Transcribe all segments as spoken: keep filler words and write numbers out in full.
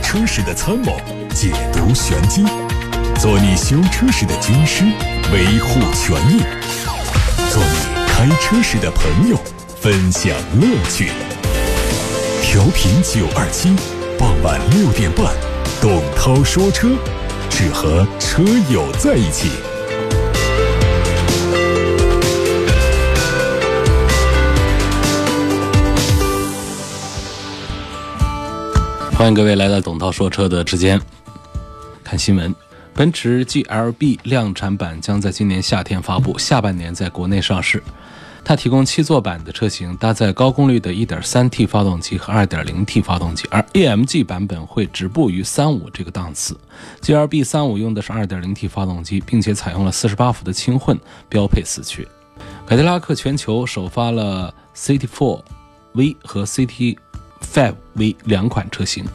车时的参谋，解读玄机，做你修车时的军师，维护权益，做你开车时的朋友，分享乐趣。调频九二七，傍晚六点半，董涛说车，只和车友在一起。 欢迎各位来到董涛说车的之间。看新闻，奔驰 G L B 量产版将在今年夏天发布，下半年在国内上市。它提供七座版的车型，搭载高功率的 一点三 T 发动机和 二点零 T 发动机，而 A M G 版本会止步于三五这个档次。G L B 三五用的是 二点零 T 发动机，并且采用了四十八伏的轻混，标配四驱。凯迪拉克全球首发了 C T 四 V 和 C T 五 V 两款车型。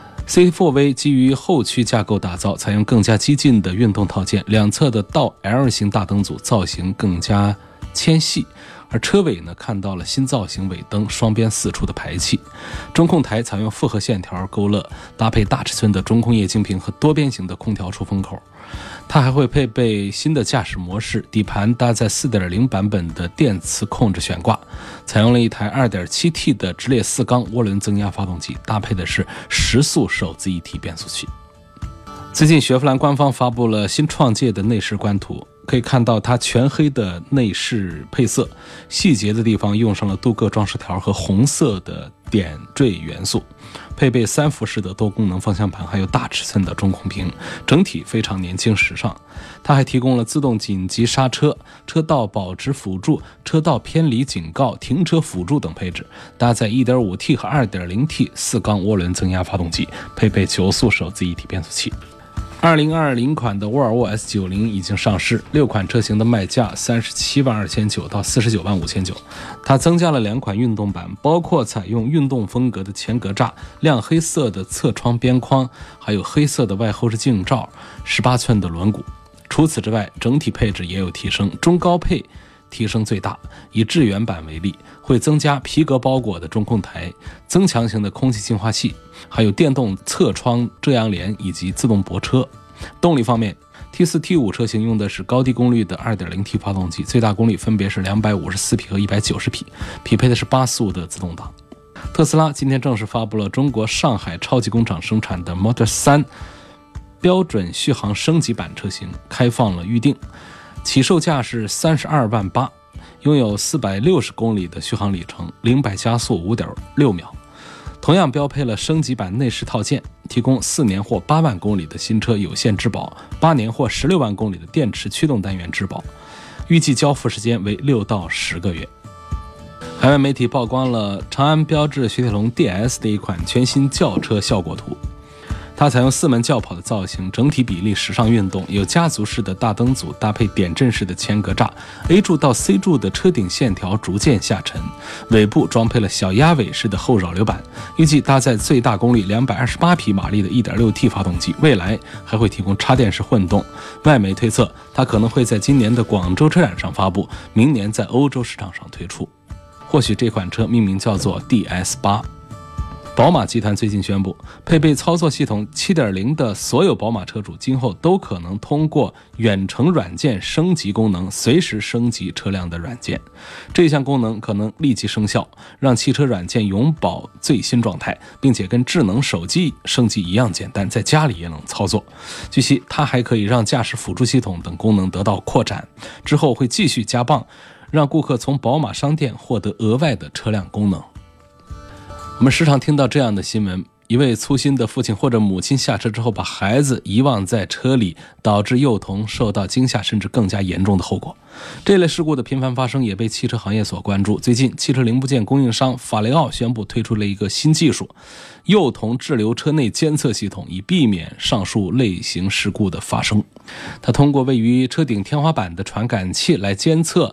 C T 四 V 基于后驱架构打造，采用更加激进的运动套件，两侧的倒 L 型大灯组造型更加纤细，而车尾呢看到了新造型尾灯，双边四出的排气。中控台采用复合线条勾勒，搭配大尺寸的中控液晶屏和多边形的空调出风口。它还会配备新的驾驶模式，底盘搭载 四点零 版本的电磁控制悬挂，采用了一台 二点七 T 的直列四缸涡轮增压发动机，搭配的是十速手自一体变速器。最近雪佛兰官方发布了新创界的内饰官图，可以看到它全黑的内饰配色，细节的地方用上了镀铬装饰条和红色的点缀元素，配备三辐式的多功能方向盘，还有大尺寸的中控屏，整体非常年轻时尚。它还提供了自动紧急刹车、车道保持辅助、车道偏离警告、停车辅助等配置，搭载 一点五 T 和 二点零 T 四缸涡轮增压发动机，配备九速手自一体变速器。二零二零款的沃尔沃 S 九十 已经上市，六款车型的卖价三十七万二千九到四十九万五千九。它增加了两款运动版，包括采用运动风格的前格栅、亮黑色的侧窗边框，还有黑色的外后视镜罩、十八寸的轮毂。除此之外，整体配置也有提升，中高配提升最大。以致远版为例，会增加皮革包裹的中控台、增强型的空气净化器，还有电动侧窗遮阳帘以及自动泊车。动力方面， T 四 T 五 车型用的是高低功率的 二点零 T 发动机，最大功率分别是两百五十四匹和一百九十匹，匹配的是八速的自动挡。特斯拉今天正式发布了中国上海超级工厂生产的 Model 三标准续航升级版车型，开放了预定，起售价是三十二万八，拥有四百六十公里的续航里程，零百加速 五点六秒。同样标配了升级版内饰套件，提供四年或八万公里的新车有限质保，八年或十六万公里的电池驱动单元质保，预计交付时间为六到十个月。海外媒体曝光了长安标致雪铁龙 D S 的一款全新轿车效果图。它采用四门轿跑的造型，整体比例时尚运动，有家族式的大灯组，搭配点阵式的前格栅， A 柱到 C 柱的车顶线条逐渐下沉，尾部装配了小鸭尾式的后扰流板，预计搭载最大功率两百二十八匹马力的 一点六 T 发动机，未来还会提供插电式混动。外媒推测它可能会在今年的广州车展上发布，明年在欧洲市场上推出。或许这款车命名叫做 D S 八。宝马集团最近宣布，配备操作系统 七点零 的所有宝马车主今后都可能通过远程软件升级功能，随时升级车辆的软件。这项功能可能立即生效，让汽车软件永保最新状态，并且跟智能手机升级一样简单，在家里也能操作。据悉，它还可以让驾驶辅助系统等功能得到扩展，之后会继续加棒，让顾客从宝马商店获得额外的车辆功能。我们时常听到这样的新闻，一位粗心的父亲或者母亲下车之后把孩子遗忘在车里，导致幼童受到惊吓甚至更加严重的后果。这类事故的频繁发生也被汽车行业所关注。最近，汽车零部件供应商法雷奥宣布推出了一个新技术，幼童滞留车内监测系统，以避免上述类型事故的发生。它通过位于车顶天花板的传感器来监测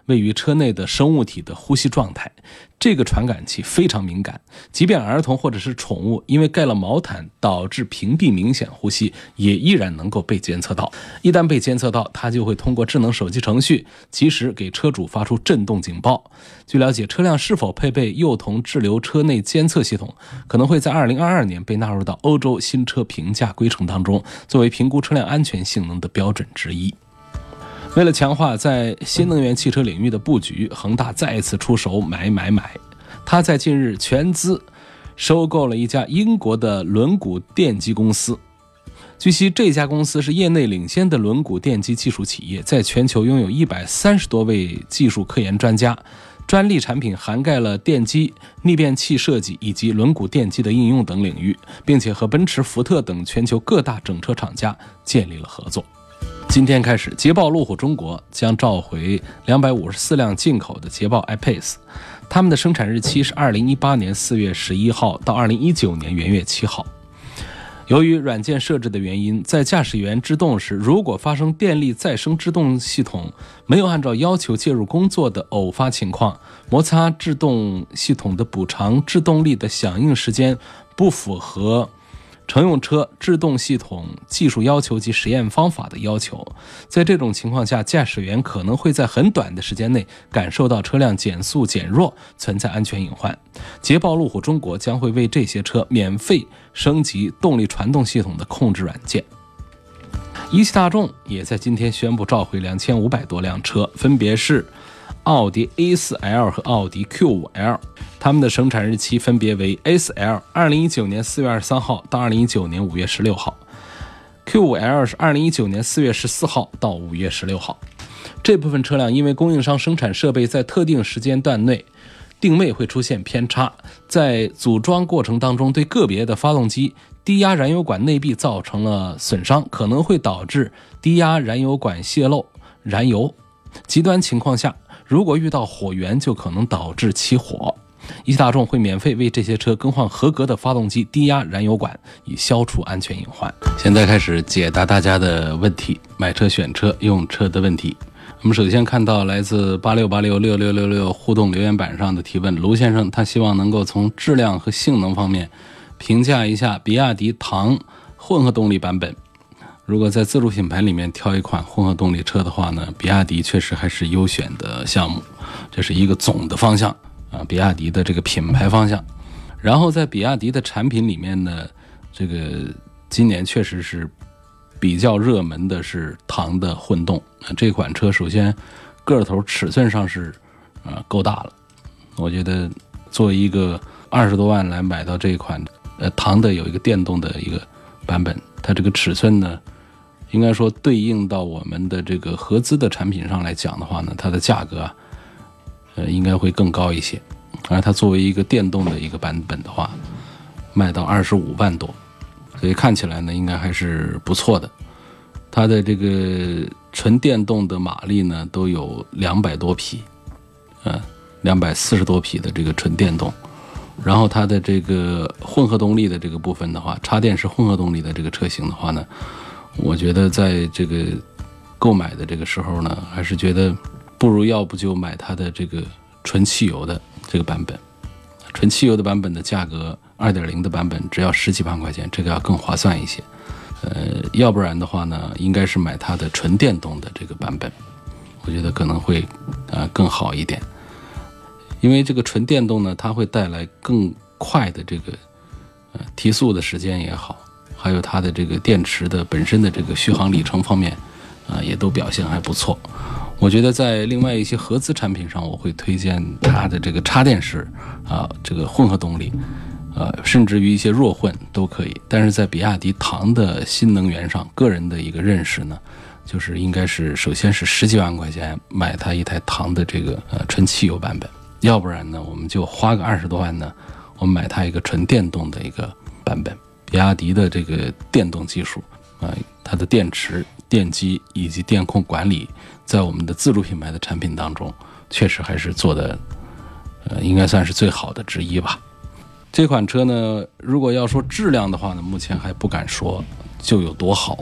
位于车内的生物体的呼吸状态。这个传感器非常敏感，即便儿童或者是宠物因为盖了毛毯导致屏蔽明显呼吸，也依然能够被监测到。一旦被监测到，它就会通过智能手机程序及时给车主发出震动警报。据了解，车辆是否配备幼童滞留车内监测系统，可能会在二零二二年被纳入到欧洲新车评价规程当中，作为评估车辆安全性能的标准之一。为了强化在新能源汽车领域的布局，恒大再次出手买买买。他在近日全资收购了一家英国的轮毂电机公司。据悉，这家公司是业内领先的轮毂电机技术企业，在全球拥有一百三十多位技术科研专家，专利产品涵盖了电机、逆变器设计以及轮毂电机的应用等领域，并且和奔驰、福特等全球各大整车厂家建立了合作。今天开始，捷豹路虎中国将召回两百五十四辆进口的捷豹 I-Pace， 他们的生产日期是二零一八年四月十一号到二零一九年元月七号。由于软件设置的原因，在驾驶员制动时，如果发生电力再生制动系统没有按照要求介入工作的偶发情况，摩擦制动系统的补偿制动力的响应时间不符合乘用车制动系统技术要求及实验方法的要求，在这种情况下，驾驶员可能会在很短的时间内感受到车辆减速减弱，存在安全隐患。捷豹路虎中国将会为这些车免费升级动力传动系统的控制软件。一汽大众也在今天宣布召回两千五百多辆车，分别是奥迪 A 四 L 和奥迪 Q 五 L， 他们的生产日期分别为 A 四 L 二零一九年四月二十三号到二零一九年五月十六号， Q 五 L 是二零一九年四月十四号到五月十六号。这部分车辆因为供应商生产设备在特定时间段内定位会出现偏差，在组装过程当中对个别的发动机低压燃油管内壁造成了损伤，可能会导致低压燃油管泄漏燃油，极端情况下如果遇到火源就可能导致起火。一汽大众会免费为这些车更换合格的发动机低压燃油管，以消除安全隐患。现在开始解答大家的问题，买车选车用车的问题。我们首先看到来自八六八六六六六六互动留言板上的提问，卢先生他希望能够从质量和性能方面评价一下比亚迪唐混合动力版本。如果在自主品牌里面挑一款混合动力车的话呢，比亚迪确实还是优选的项目，这是一个总的方向啊，比亚迪的这个品牌方向。然后在比亚迪的产品里面呢，这个今年确实是比较热门的是唐的混动。这款车首先个头尺寸上是啊够大了，我觉得作为一个二十多万来买到这一款呃唐的有一个电动的一个版本，它这个尺寸呢应该说对应到我们的这个合资的产品上来讲的话呢，它的价格啊呃应该会更高一些。而它作为一个电动的一个版本的话，卖到二十五万多，所以看起来呢应该还是不错的。它的这个纯电动的马力呢都有两百多匹，呃两百四十多匹的这个纯电动。然后它的这个混合动力的这个部分的话，插电式混合动力的这个车型的话呢，我觉得在这个购买的这个时候呢，还是觉得不如要不就买它的这个纯汽油的这个版本。纯汽油的版本的价格 二点零 的版本只要十几万块钱，这个要更划算一些。呃，要不然的话呢，应该是买它的纯电动的这个版本，我觉得可能会呃更好一点。因为这个纯电动呢，它会带来更快的这个呃提速的时间也好，还有它的这个电池的本身的这个续航里程方面啊、呃，也都表现还不错。我觉得在另外一些合资产品上，我会推荐它的这个插电式啊、呃，这个混合动力，呃，甚至于一些弱混都可以。但是在比亚迪唐的新能源上，个人的一个认识呢，就是应该是首先是十几万块钱买它一台唐的这个呃纯汽油版本。要不然呢，我们就花个二十多万呢，我们买它一个纯电动的一个版本。比亚迪的这个电动技术啊、呃，它的电池、电机以及电控管理，在我们的自主品牌的产品当中，确实还是做的，呃，应该算是最好的之一吧。这款车呢，如果要说质量的话呢，目前还不敢说就有多好，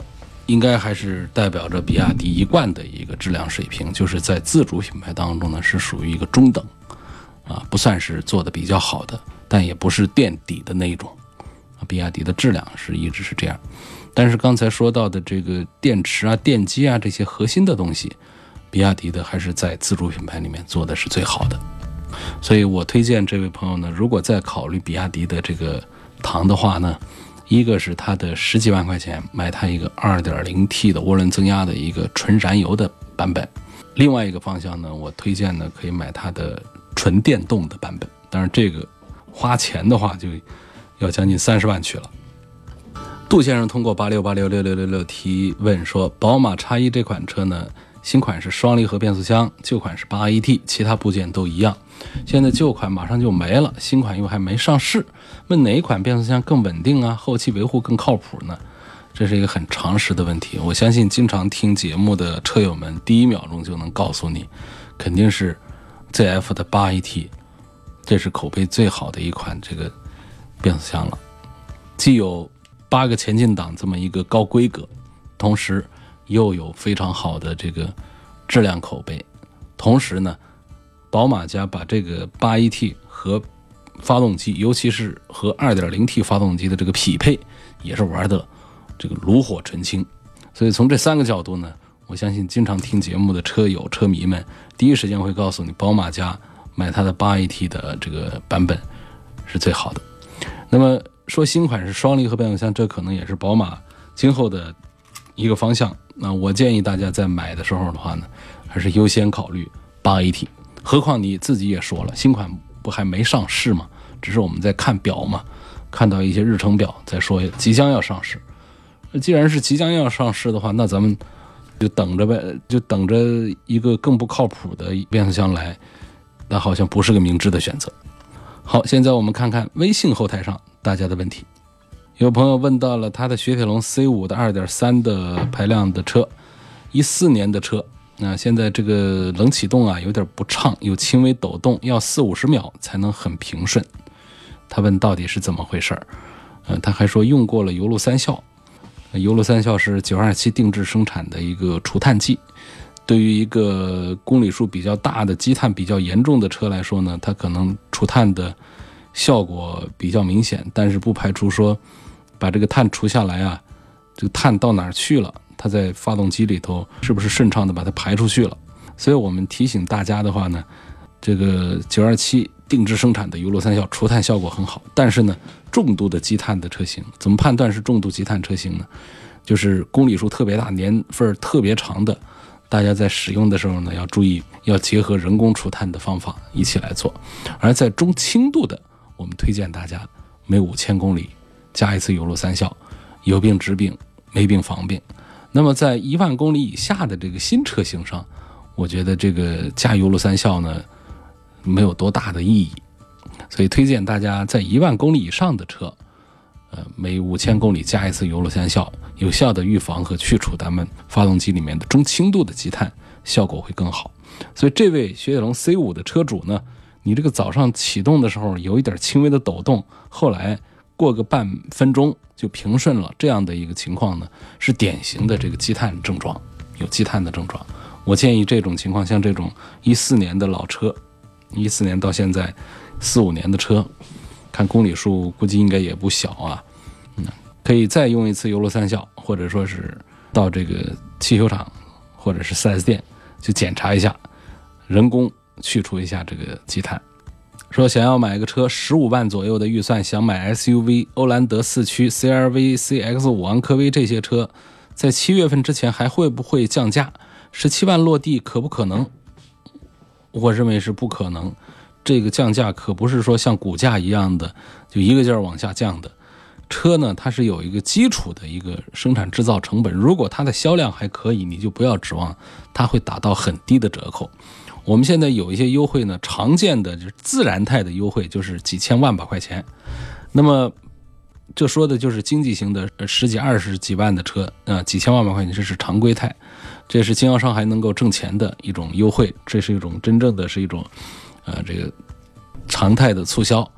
应该还是代表着比亚迪一贯的一个质量水平，就是在自主品牌当中呢是属于一个中等啊，不算是做的比较好的，但也不是垫底的那种。比亚迪的质量是一直是这样，但是刚才说到的这个电池啊、电机啊这些核心的东西，比亚迪的还是在自主品牌里面做的是最好的。所以我推荐这位朋友呢，如果再考虑比亚迪的这个唐的话呢，一个是它的十几万块钱买它一个 二点零 T 的涡轮增压的一个纯燃油的版本，另外一个方向呢，我推荐呢可以买它的纯电动的版本。当然这个花钱的话就要将近三十万去了。杜先生通过八六八六六六六六提问说，宝马 X 一 这款车呢，新款是双离合变速箱，旧款是 八 A T， 其他部件都一样。现在旧款马上就没了，新款又还没上市，问哪一款变速箱更稳定啊，后期维护更靠谱呢？这是一个很常识的问题。我相信经常听节目的车友们第一秒钟就能告诉你，肯定是 Z F 的 八 A T， 这是口碑最好的一款这个变速箱了，既有八个前进档这么一个高规格，同时又有非常好的这个质量口碑，同时呢宝马家把这个 八 A T 和发动机，尤其是和 二点零 T 发动机的这个匹配也是玩的这个炉火纯青。所以从这三个角度呢，我相信经常听节目的车友车迷们第一时间会告诉你，宝马家买它的 八 A T 的这个版本是最好的。那么说新款是双离合变速箱，这可能也是宝马今后的一个方向。那我建议大家在买的时候的话呢，还是优先考虑 八 A T。 何况你自己也说了，新款不还没上市吗？只是我们在看表嘛，看到一些日程表在说即将要上市。既然是即将要上市的话，那咱们就等着呗，就等着一个更不靠谱的变速箱来，那好像不是个明智的选择。好，现在我们看看微信后台上大家的问题。有朋友问到了他的雪铁龙 C 五 的 二点三 的排量的车，一四年的车，那现在这个冷启动啊有点不畅，有轻微抖动，要四五十秒才能很平顺。他问到底是怎么回事儿？呃，他还说用过了油路三效，油路三效是九二七定制生产的一个除碳剂。对于一个公里数比较大的积碳比较严重的车来说呢，它可能除碳的效果比较明显，但是不排除说把这个碳除下来啊，这个碳到哪儿去了，它在发动机里头是不是顺畅的把它排出去了。所以我们提醒大家的话呢，这个九二七定制生产的油路三效除碳效果很好，但是呢重度的积碳的车型，怎么判断是重度积碳车型呢？就是公里数特别大，年份特别长的，大家在使用的时候呢，要注意要结合人工除碳的方法一起来做。而在中轻度的，我们推荐大家每五千公里加一次油路三效，有病治病，没病防病。那么在一万公里以下的这个新车型上，我觉得这个加油路三效呢没有多大的意义，所以推荐大家在一万公里以上的车，呃，每五千公里加一次油路三效，有效的预防和去除咱们发动机里面的中轻度的积碳，效果会更好。所以这位雪铁龙 C 五 的车主呢，你这个早上启动的时候有一点轻微的抖动，后来过个半分钟就平顺了，这样的一个情况呢，是典型的这个积碳症状，有积碳的症状。我建议这种情况，像这种一四年的老车，一四年到现在四五年的车，看公里数估计应该也不小啊，嗯，可以再用一次油路三效，或者说是到这个汽修厂或者是 四 S 店去检查一下，人工去除一下这个积碳。说想要买个车十五万左右的预算，想买 S U V， 欧蓝德四驱、C R V、C X 五、昂科威这些车，在七月份之前还会不会降价？十七万落地可不可能？我认为是不可能。这个降价可不是说像股价一样的就一个劲儿往下降的。车呢，它是有一个基础的一个生产制造成本，如果它的销量还可以，你就不要指望它会打到很低的折扣。我们现在有一些优惠呢，常见的就是自然态的优惠，就是几千万把块钱。那么这说的就是经济型的十几二十几万的车，呃，几千万把块钱，这是常规态，这是经销商还能够挣钱的一种优惠，这是一种真正的是一种呃这个常态的促销。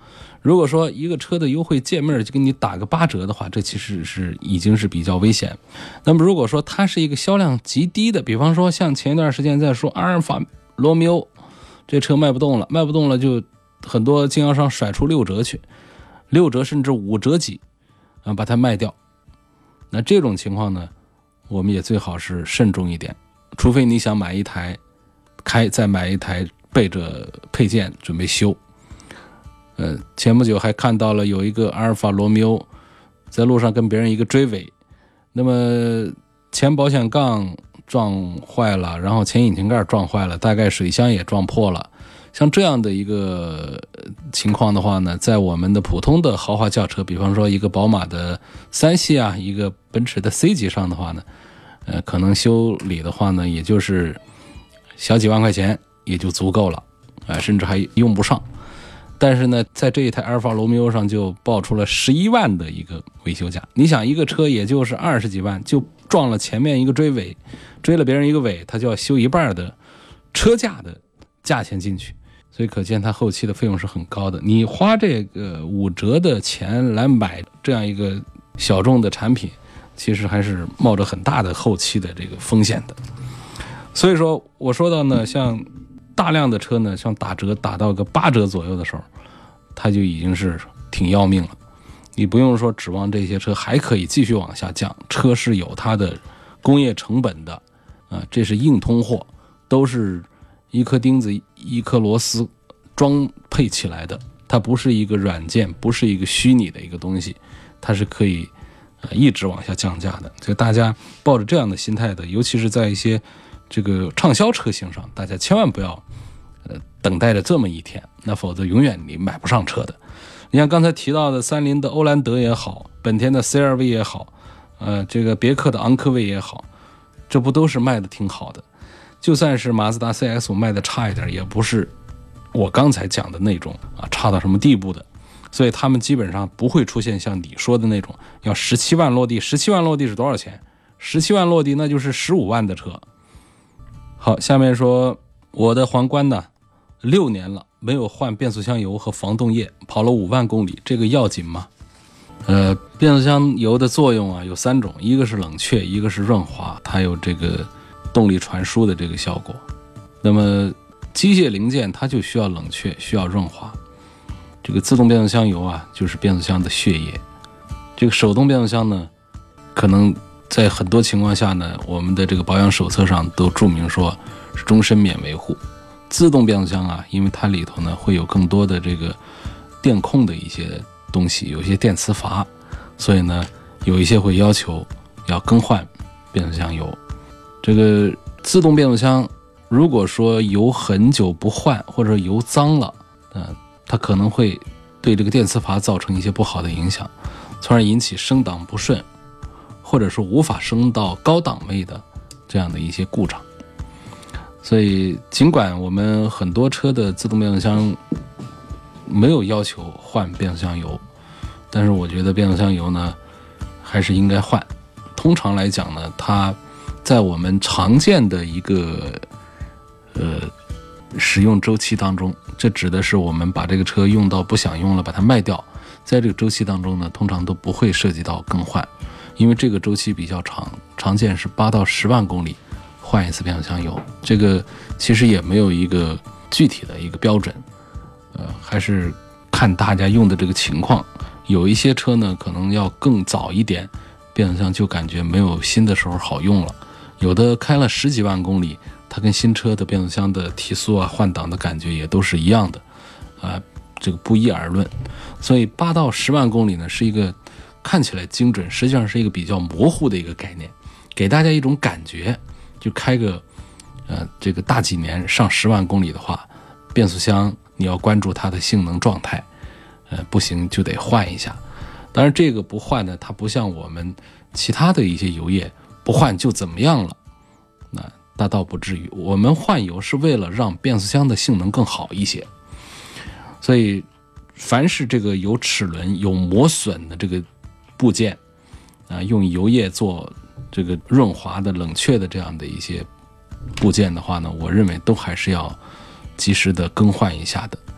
如果说一个车的优惠界面就给你打个八折的话，这其实是已经是比较危险。那么如果说它是一个销量极低的，比方说像前一段时间在说阿尔法罗密欧这车卖不动了，卖不动了就很多经销商甩出六折去，六折甚至五折几啊，把它卖掉。那这种情况呢，我们也最好是慎重一点，除非你想买一台开，再买一台备着配件准备修。呃，前不久还看到了有一个阿尔法罗密欧在路上跟别人一个追尾，那么前保险杠撞坏了，然后前引擎盖撞坏了，大概水箱也撞破了。像这样的一个情况的话呢，在我们的普通的豪华轿车，比方说一个宝马的三系啊，一个奔驰的 C 级上的话呢，呃，可能修理的话呢，也就是小几万块钱也就足够了，啊、呃，甚至还用不上。但是呢，在这一台阿尔法罗密欧上就爆出了十一万的一个维修价。你想，一个车也就是二十几万，就撞了前面一个追尾，追了别人一个尾，他就要修一半的车价的价钱进去。所以可见它后期的费用是很高的。你花这个五折的钱来买这样一个小众的产品，其实还是冒着很大的后期的这个风险的。所以说我说到呢，像大量的车呢，像打折打到个八折左右的时候，它就已经是挺要命了。你不用说指望这些车还可以继续往下降，车是有它的工业成本的啊，这是硬通货，都是一颗钉子一颗螺丝装配起来的，它不是一个软件，不是一个虚拟的一个东西，它是可以呃一直往下降价的。所以大家抱着这样的心态的，尤其是在一些这个畅销车型上，大家千万不要呃等待着这么一天，那否则永远你买不上车的。你像刚才提到的三菱的欧蓝德也好，本田的 C R V 也好，呃这个别克的昂科威也好，这不都是卖的挺好的。就算是马自达 C X 五 卖的差一点，也不是我刚才讲的那种啊差到什么地步的，所以他们基本上不会出现像你说的那种要十七万落地。十七万落地是多少钱？十七万落地那就是十五万的车。好，下面说我的皇冠呢，六年了没有换变速箱油和防冻液，跑了五万公里，这个要紧吗？呃，变速箱油的作用啊有三种，一个是冷却，一个是润滑，它有这个动力传输的这个效果。那么机械零件它就需要冷却，需要润滑。这个自动变速箱油啊，就是变速箱的血液。这个手动变速箱呢，可能在很多情况下呢，我们的这个保养手册上都注明说是终身免维护。自动变速箱啊，因为它里头呢会有更多的这个电控的一些东西，有一些电磁阀，所以呢有一些会要求要更换变速箱油。这个自动变速箱如果说油很久不换，或者油脏了，呃，它可能会对这个电磁阀造成一些不好的影响，从而引起升档不顺，或者说无法升到高档位的这样的一些故障。所以尽管我们很多车的自动变速箱没有要求换变速箱油，但是我觉得变速箱油呢还是应该换。通常来讲呢，它在我们常见的一个呃使用周期当中，这指的是我们把这个车用到不想用了把它卖掉，在这个周期当中呢，通常都不会涉及到更换，因为这个周期比较长，常见是八到十万公里换一次变速箱油。这个其实也没有一个具体的一个标准，呃，还是看大家用的这个情况。有一些车呢可能要更早一点，变速箱就感觉没有新的时候好用了，有的开了十几万公里，它跟新车的变速箱的提速啊换挡的感觉也都是一样的啊、呃，这个不一而论。所以八到十万公里呢是一个看起来精准，实际上是一个比较模糊的一个概念，给大家一种感觉，就开个呃这个大几年上十万公里的话，变速箱你要关注它的性能状态，呃不行就得换一下。当然这个不换呢，它不像我们其他的一些油液不换就怎么样了，那那倒不至于。我们换油是为了让变速箱的性能更好一些，所以凡是这个有齿轮有磨损的这个部件啊，用油液做这个润滑的冷却的这样的一些部件的话呢，我认为都还是要及时的更换一下的。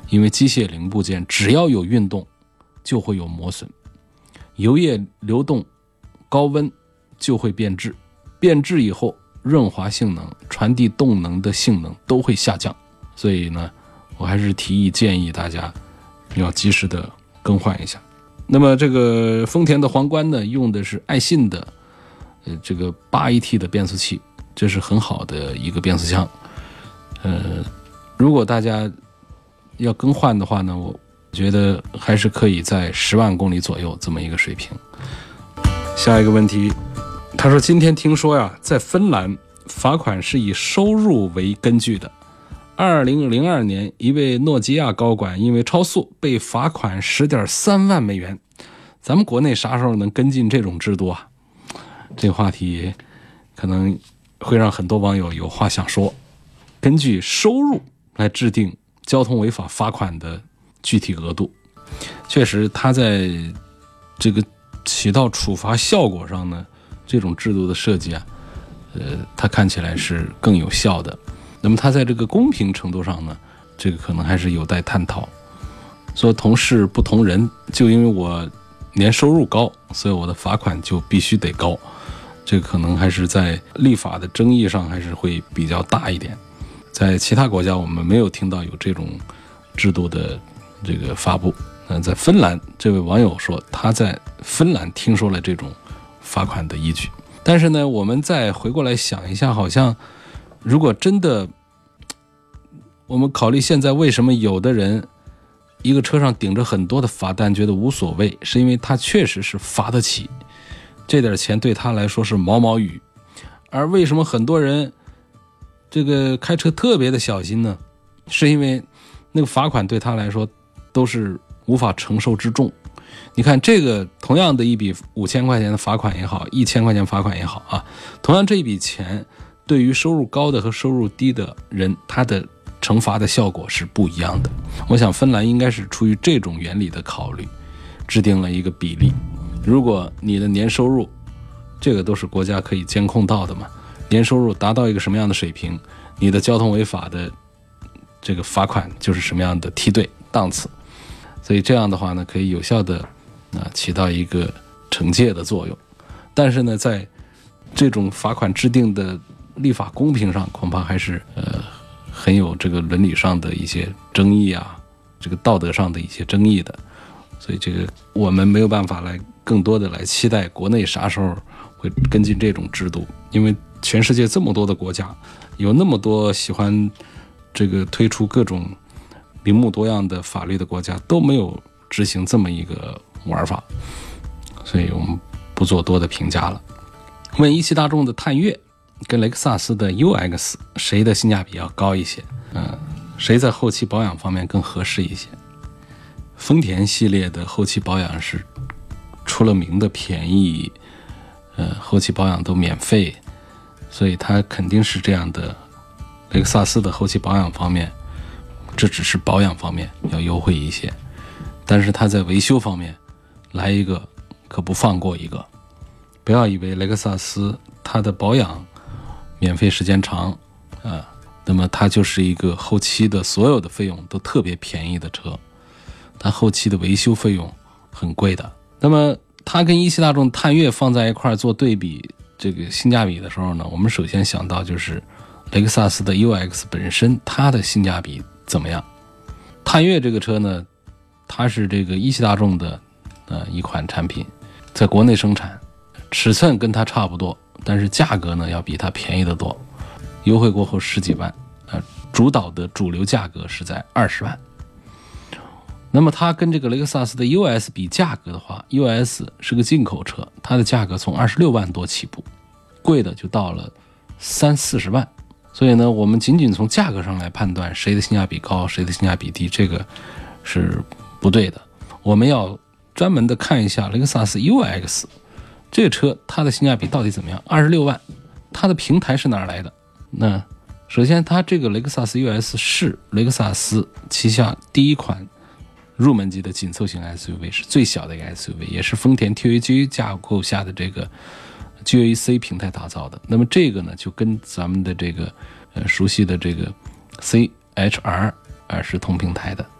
因为机械零部件只要有运动就会有磨损，油液流动高温就会变质，变质以后润滑性能、传递动能的性能都会下降。所以呢，我还是提议建议大家要及时的更换一下。那么这个丰田的皇冠呢，用的是爱信的呃这个 八 A T 的变速器，这是很好的一个变速箱。呃，如果大家要更换的话呢，我觉得还是可以在十万公里左右这么一个水平。下一个问题，他说今天听说呀，在芬兰罚款是以收入为根据的。二零零二年，一位诺基亚高管因为超速被罚款 十点三万美元。咱们国内啥时候能跟进这种制度啊？这个话题可能会让很多网友有话想说。根据收入来制定交通违法罚款的具体额度，确实它在这个起到处罚效果上呢，这种制度的设计啊，呃，它看起来是更有效的。那么它在这个公平程度上呢，这个可能还是有待探讨。说同事不同人，就因为我年收入高，所以我的罚款就必须得高，这个可能还是在立法的争议上还是会比较大一点。在其他国家我们没有听到有这种制度的这个发布。那在芬兰，这位网友说他在芬兰听说了这种罚款的依据。但是呢，我们再回过来想一下，好像如果真的我们考虑现在为什么有的人一个车上顶着很多的罚单觉得无所谓，是因为他确实是罚得起，这点钱对他来说是毛毛雨。而为什么很多人这个开车特别的小心呢？是因为那个罚款对他来说都是无法承受之重。你看这个同样的一笔五千块钱的罚款也好，一千块钱罚款也好啊，同样这一笔钱对于收入高的和收入低的人，他的惩罚的效果是不一样的。我想芬兰应该是出于这种原理的考虑，制定了一个比例。如果你的年收入，这个都是国家可以监控到的嘛，年收入达到一个什么样的水平，你的交通违法的这个罚款就是什么样的梯队档次。所以这样的话呢，可以有效的啊起到一个惩戒的作用。但是呢，在这种罚款制定的立法公平上，恐怕还是呃很有这个伦理上的一些争议啊，这个道德上的一些争议的。所以这个我们没有办法来更多的来期待国内啥时候会跟进这种制度，因为全世界这么多的国家，有那么多喜欢这个推出各种名目多样的法律的国家，都没有执行这么一个玩法，所以我们不做多的评价了。问一汽大众的探岳跟雷克萨斯的 U X 谁的性价比要高一些？嗯，谁在后期保养方面更合适一些？丰田系列的后期保养是出了名的便宜，呃，后期保养都免费，所以它肯定是这样的。雷克萨斯的后期保养方面，这只是保养方面要优惠一些，但是它在维修方面来一个可不放过一个。不要以为雷克萨斯它的保养免费时间长啊，那么它就是一个后期的所有的费用都特别便宜的车，它后期的维修费用很贵的。那么它跟一汽大众探岳放在一块做对比这个性价比的时候呢，我们首先想到就是雷克萨斯的 U X 本身它的性价比怎么样。探岳这个车呢，它是这个一汽大众的呃一款产品，在国内生产，尺寸跟它差不多，但是价格呢要比它便宜得多，优惠过后十几万，呃，主导的主流价格是在二十万。那么它跟这个雷克萨斯的 U S 比价格的话， U S 是个进口车，它的价格从二十六万多起步，贵的就到了三四十万。所以呢，我们仅仅从价格上来判断谁的性价比高，谁的性价比低，这个是不对的。我们要专门的看一下雷克萨斯 U X 这个车它的性价比到底怎么样。二十六万，它的平台是哪儿来的？那首先它这个雷克萨斯 U S 是雷克萨斯旗下第一款入门级的紧凑型 S U V， 是最小的一个 S U V， 也是丰田 T A G 架构下的这个 G A C 平台打造的。那么这个呢，就跟咱们的这个呃熟悉的这个 C H R 啊是同平台的。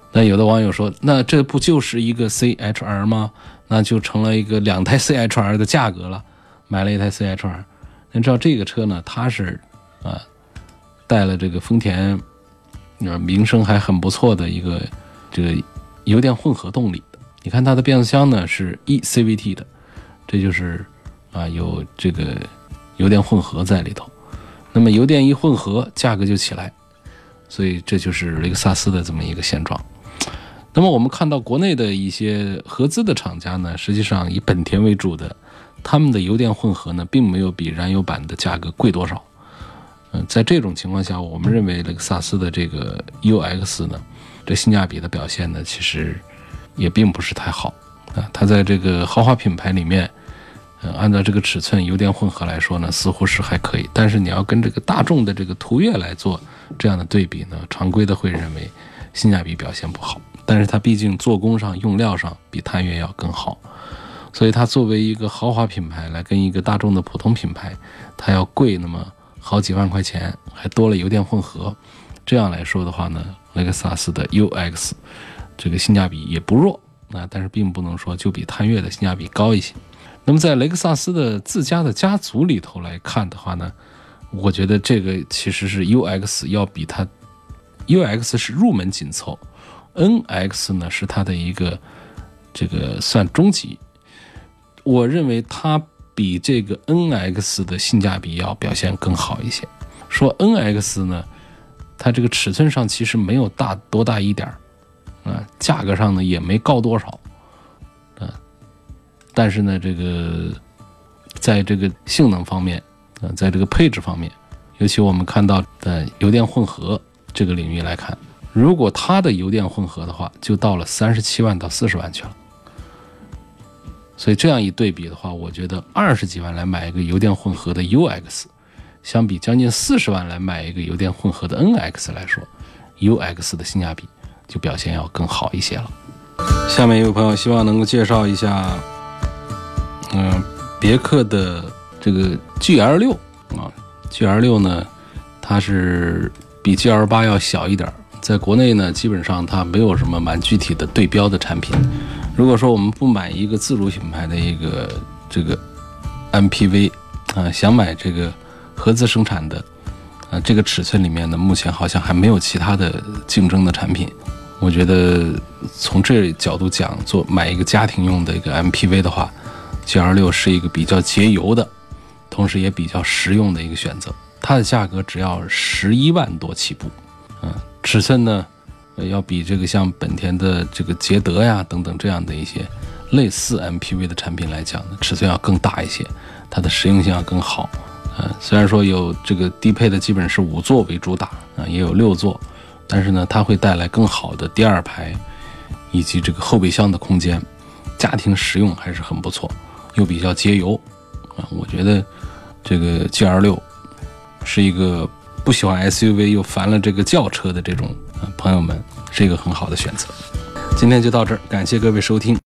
但有的网友说，那这不就是一个 C H R 吗？那就成了一个两台 C H R 的价格了，买了一台 C H R。你知道这个车呢，它是啊带了这个丰田名声还很不错的一个这个油电混合动力的。你看它的变速箱呢是 E C V T 的，这就是啊有这个油电混合在里头。那么油电一混合，价格就起来，所以这就是雷克萨斯的这么一个现状。那么我们看到国内的一些合资的厂家呢，实际上以本田为主的，他们的油电混合呢，并没有比燃油版的价格贵多少。嗯、呃，在这种情况下，我们认为雷克萨斯的这个 U X 呢，这性价比的表现呢，其实也并不是太好啊。它在这个豪华品牌里面，呃，按照这个尺寸油电混合来说呢，似乎是还可以。但是你要跟这个大众的这个途岳来做这样的对比呢，常规的会认为性价比表现不好。但是它毕竟做工上用料上比探岳要更好，所以它作为一个豪华品牌来跟一个大众的普通品牌，它要贵那么好几万块钱，还多了油电混合，这样来说的话呢，雷克萨斯的 U X 这个性价比也不弱啊，但是并不能说就比探岳的性价比高一些。那么在雷克萨斯的自家的家族里头来看的话呢，我觉得这个其实是 U X 要比它 U X 是入门紧凑，N X 呢是它的一个这个算中级，我认为它比这个 N X 的性价比要表现更好一些。说 N X 呢，它这个尺寸上其实没有大多大一点啊，价格上呢也没高多少啊，但是呢这个在这个性能方面啊，在这个配置方面，尤其我们看到的油电混合这个领域来看，如果它的油电混合的话，就到了三十七万到四十万去了。所以这样一对比的话，我觉得二十几万来买一个油电混合的 U X， 相比将近四十万来买一个油电混合的 N X 来说， U X 的性价比就表现要更好一些了。下面一位朋友希望能够介绍一下，嗯、呃，别克的这个 G L 六啊 ，G L 六呢，它是比 G L 八要小一点，在国内呢，基本上它没有什么蛮具体的对标的产品。如果说我们不买一个自主品牌的一个这个 M P V 啊，想买这个合资生产的啊，这个尺寸里面呢，目前好像还没有其他的竞争的产品。我觉得从这角度讲，做买一个家庭用的一个 M P V 的话 ，G L 六是一个比较节油的，同时也比较实用的一个选择。它的价格只要十一万多起步，嗯、啊，尺寸呢？要比这个像本田的这个捷德呀等等这样的一些类似 M P V 的产品来讲呢，尺寸要更大一些，它的实用性要更好。呃，虽然说有这个低配的基本是五座为主打啊，也有六座，但是呢，它会带来更好的第二排以及这个后备箱的空间，家庭实用还是很不错，又比较节油啊。我觉得这个 G L 六是一个不喜欢 S U V 又烦了这个轿车的这种朋友们，是一个很好的选择。今天就到这儿，感谢各位收听。